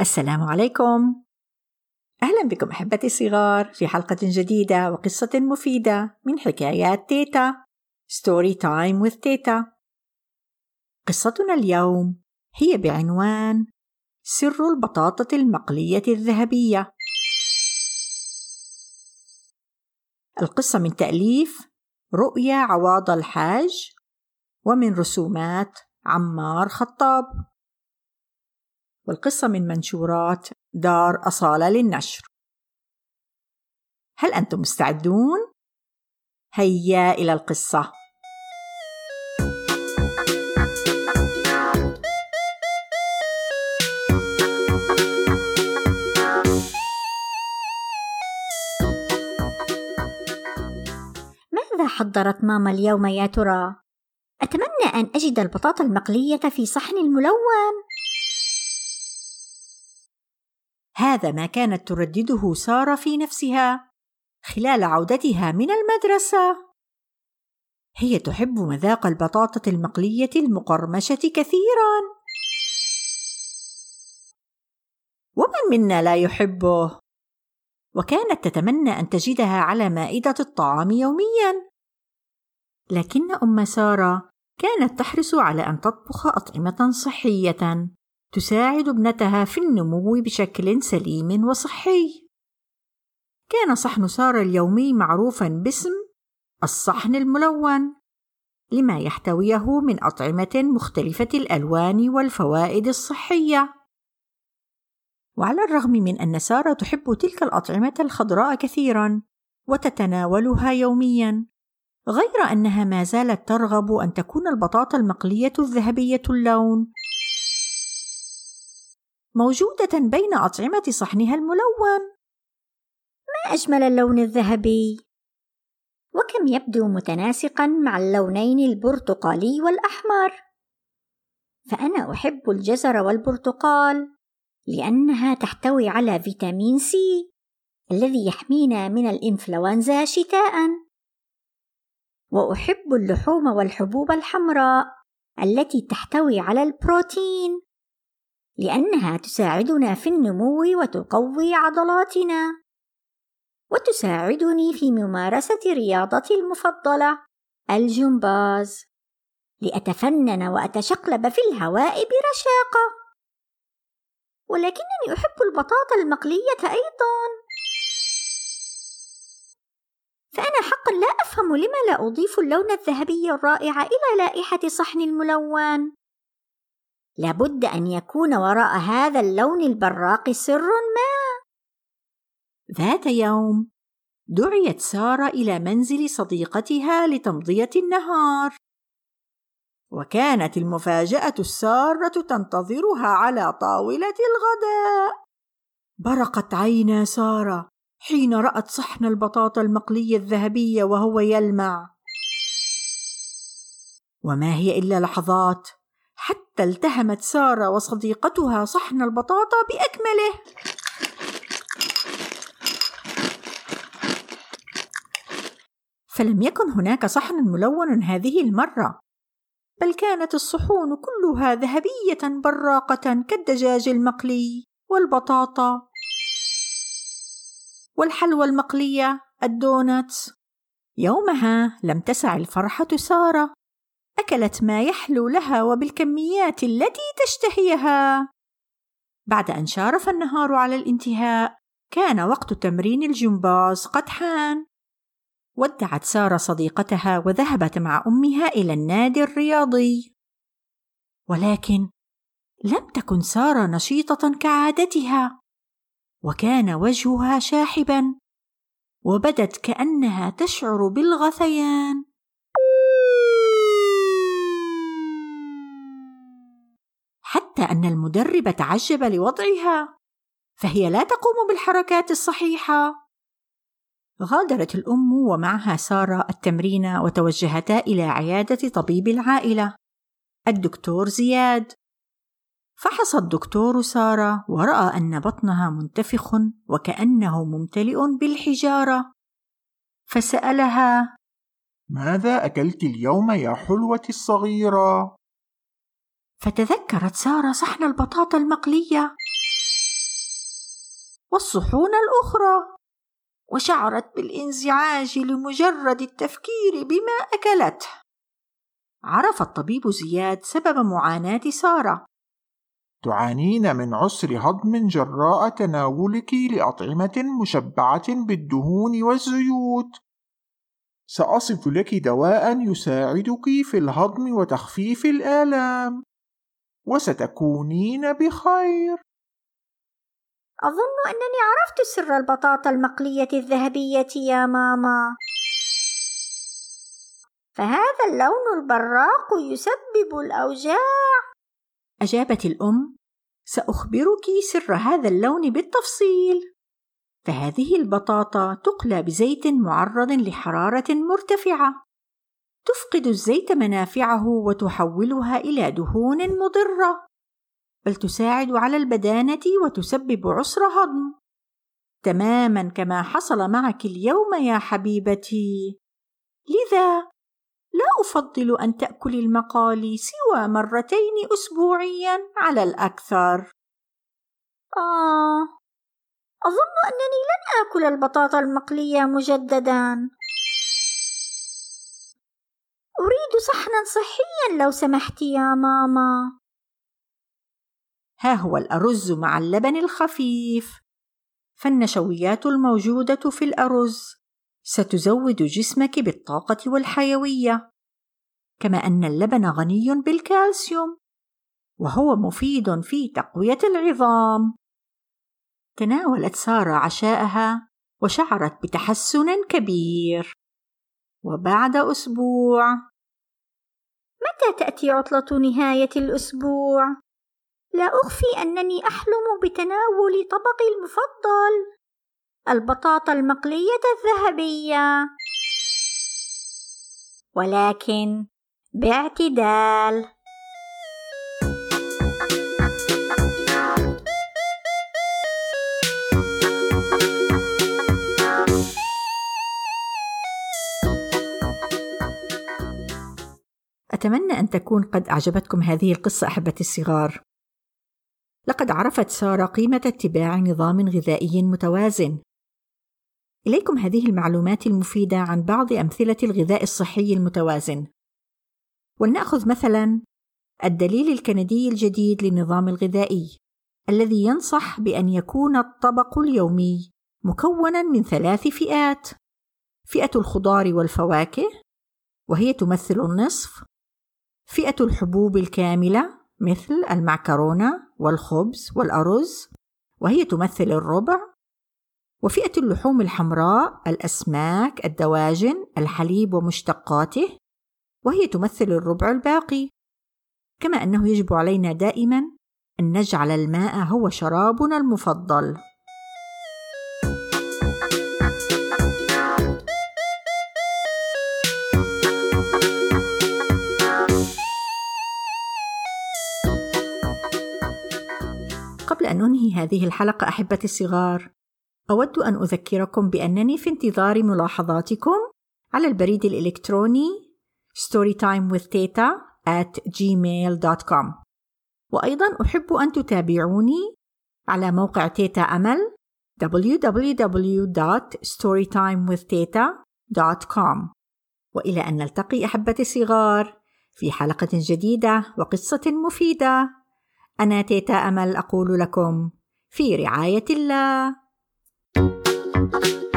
السلام عليكم. أهلا بكم أحبتي الصغار في حلقة جديدة وقصة مفيدة من حكايات تيتا ستوري تايم with تيتا. قصتنا اليوم هي بعنوان سر البطاطا المقلية الذهبية. القصة من تأليف رؤيا عواض الحاج ومن رسومات عمار خطاب، والقصة من منشورات دار أصالة للنشر. هل أنتم مستعدون؟ هيا إلى القصة. ماذا حضرت ماما اليوم يا ترى؟ أتمنى أن أجد البطاطا المقلية في صحن ملون. هذا ما كانت تردده سارة في نفسها خلال عودتها من المدرسة. هي تحب مذاق البطاطا المقلية المقرمشة كثيراً، ومن منا لا يحبه؟ وكانت تتمنى أن تجدها على مائدة الطعام يومياً، لكن أم سارة كانت تحرص على أن تطبخ أطعمة صحية تساعد ابنتها في النمو بشكل سليم وصحي. كان صحن سارة اليومي معروفاً باسم الصحن الملون، لما يحتويه من أطعمة مختلفة الألوان والفوائد الصحية. وعلى الرغم من أن سارة تحب تلك الأطعمة الخضراء كثيراً وتتناولها يومياً، غير أنها ما زالت ترغب أن تكون البطاطا المقلية الذهبية اللون موجودة بين أطعمة صحنها الملون. ما أجمل اللون الذهبي، وكم يبدو متناسقاً مع اللونين البرتقالي والأحمر. فأنا أحب الجزر والبرتقال لأنها تحتوي على فيتامين سي الذي يحمينا من الإنفلونزا شتاءً. وأحب اللحوم والحبوب الحمراء التي تحتوي على البروتين لأنها تساعدنا في النمو وتقوي عضلاتنا، وتساعدني في ممارسة رياضتي المفضلة الجمباز لأتفنن وأتشقلب في الهواء برشاقة. ولكنني أحب البطاطا المقلية أيضاً، فأنا حقاً لا أفهم لما لا أضيف اللون الذهبي الرائع إلى لائحة صحن الملون. لابد أن يكون وراء هذا اللون البراق سر ما. ذات يوم دعيت سارة إلى منزل صديقتها لتمضية النهار، وكانت المفاجأة السارة تنتظرها على طاولة الغداء. برقت عينا سارة حين رأت صحن البطاطا المقلية الذهبية وهو يلمع، وما هي إلا لحظات حتى التهمت سارة وصديقتها صحن البطاطا بأكمله. فلم يكن هناك صحن ملون هذه المرة، بل كانت الصحون كلها ذهبية براقة كالدجاج المقلي والبطاطا والحلوى المقلية الدونتس. يومها لم تسع الفرحة سارة، أكلت ما يحلو لها وبالكميات التي تشتهيها. بعد أن شارف النهار على الانتهاء، كان وقت تمرين الجمباز قد حان. ودعت سارة صديقتها وذهبت مع أمها إلى النادي الرياضي، ولكن لم تكن سارة نشيطة كعادتها، وكان وجهها شاحبا وبدت كأنها تشعر بالغثيان. حتى أن المدرب تعجب لوضعها، فهي لا تقوم بالحركات الصحيحة. غادرت الأم ومعها سارة التمرين وتوجهتا إلى عيادة طبيب العائلة الدكتور زياد. فحص الدكتور سارة ورأى أن بطنها منتفخ وكأنه ممتلئ بالحجارة، فسألها: ماذا أكلت اليوم يا حلوتي الصغيرة؟ فتذكرت سارة صحن البطاطا المقلية والصحون الأخرى، وشعرت بالانزعاج لمجرد التفكير بما أكلته. عرف الطبيب زياد سبب معاناة سارة. تعانين من عسر هضم جراء تناولك لأطعمة مشبعة بالدهون والزيوت. سأصف لك دواء يساعدك في الهضم وتخفيف الآلام، وستكونين بخير. أظن أنني عرفت سر البطاطا المقلية الذهبية يا ماما، فهذا اللون البراق يسبب الأوجاع. أجابت الأم: سأخبرك سر هذا اللون بالتفصيل. فهذه البطاطا تقلى بزيت معرض لحرارة مرتفعة، تفقد الزيت منافعه وتحولها إلى دهون مضرة، بل تساعد على البدانة وتسبب عسر هضم، تماماً كما حصل معك اليوم يا حبيبتي. لذا لا أفضل أن تأكل المقالي سوى 2 أسبوعياً على الأكثر. أظن أنني لن آكل البطاطا المقلية مجدداً. أريد صحناً صحياً لو سمحت يا ماما. ها هو الأرز مع اللبن الخفيف، فالنشويات الموجودة في الأرز ستزود جسمك بالطاقة والحيوية، كما أن اللبن غني بالكالسيوم وهو مفيد في تقوية العظام. تناولت سارة عشاءها وشعرت بتحسن كبير. وبعد أسبوع: متى تأتي عطلة نهاية الأسبوع؟ لا أخفي أنني أحلم بتناول طبقي المفضل، البطاطا المقلية الذهبية، ولكن باعتدال. أتمنى أن تكون قد أعجبتكم هذه القصة أحبتي الصغار. لقد عرفت سارة قيمة اتباع نظام غذائي متوازن. إليكم هذه المعلومات المفيدة عن بعض أمثلة الغذاء الصحي المتوازن. ولنأخذ مثلاً الدليل الكندي الجديد للنظام الغذائي، الذي ينصح بأن يكون الطبق اليومي مكوناً من 3 فئات: فئة الخضار والفواكه وهي تمثل النصف، فئة الحبوب الكاملة مثل المعكرونة والخبز والأرز وهي تمثل الربع، وفئة اللحوم الحمراء الأسماك الدواجن الحليب ومشتقاته وهي تمثل الربع الباقي. كما أنه يجب علينا دائما أن نجعل الماء هو شرابنا المفضل. قبل أن أنهي هذه الحلقة أحبتي الصغار، أود أن أذكركم بأنني في انتظار ملاحظاتكم على البريد الإلكتروني storytimewithteta@gmail.com. وأيضا أحب أن تتابعوني على موقع تيتا أمل www.storytimewithteta.com. وإلى أن نلتقي أحبتي الصغار في حلقة جديدة وقصة مفيدة، أنا تيتا أمل أقول لكم في رعاية الله.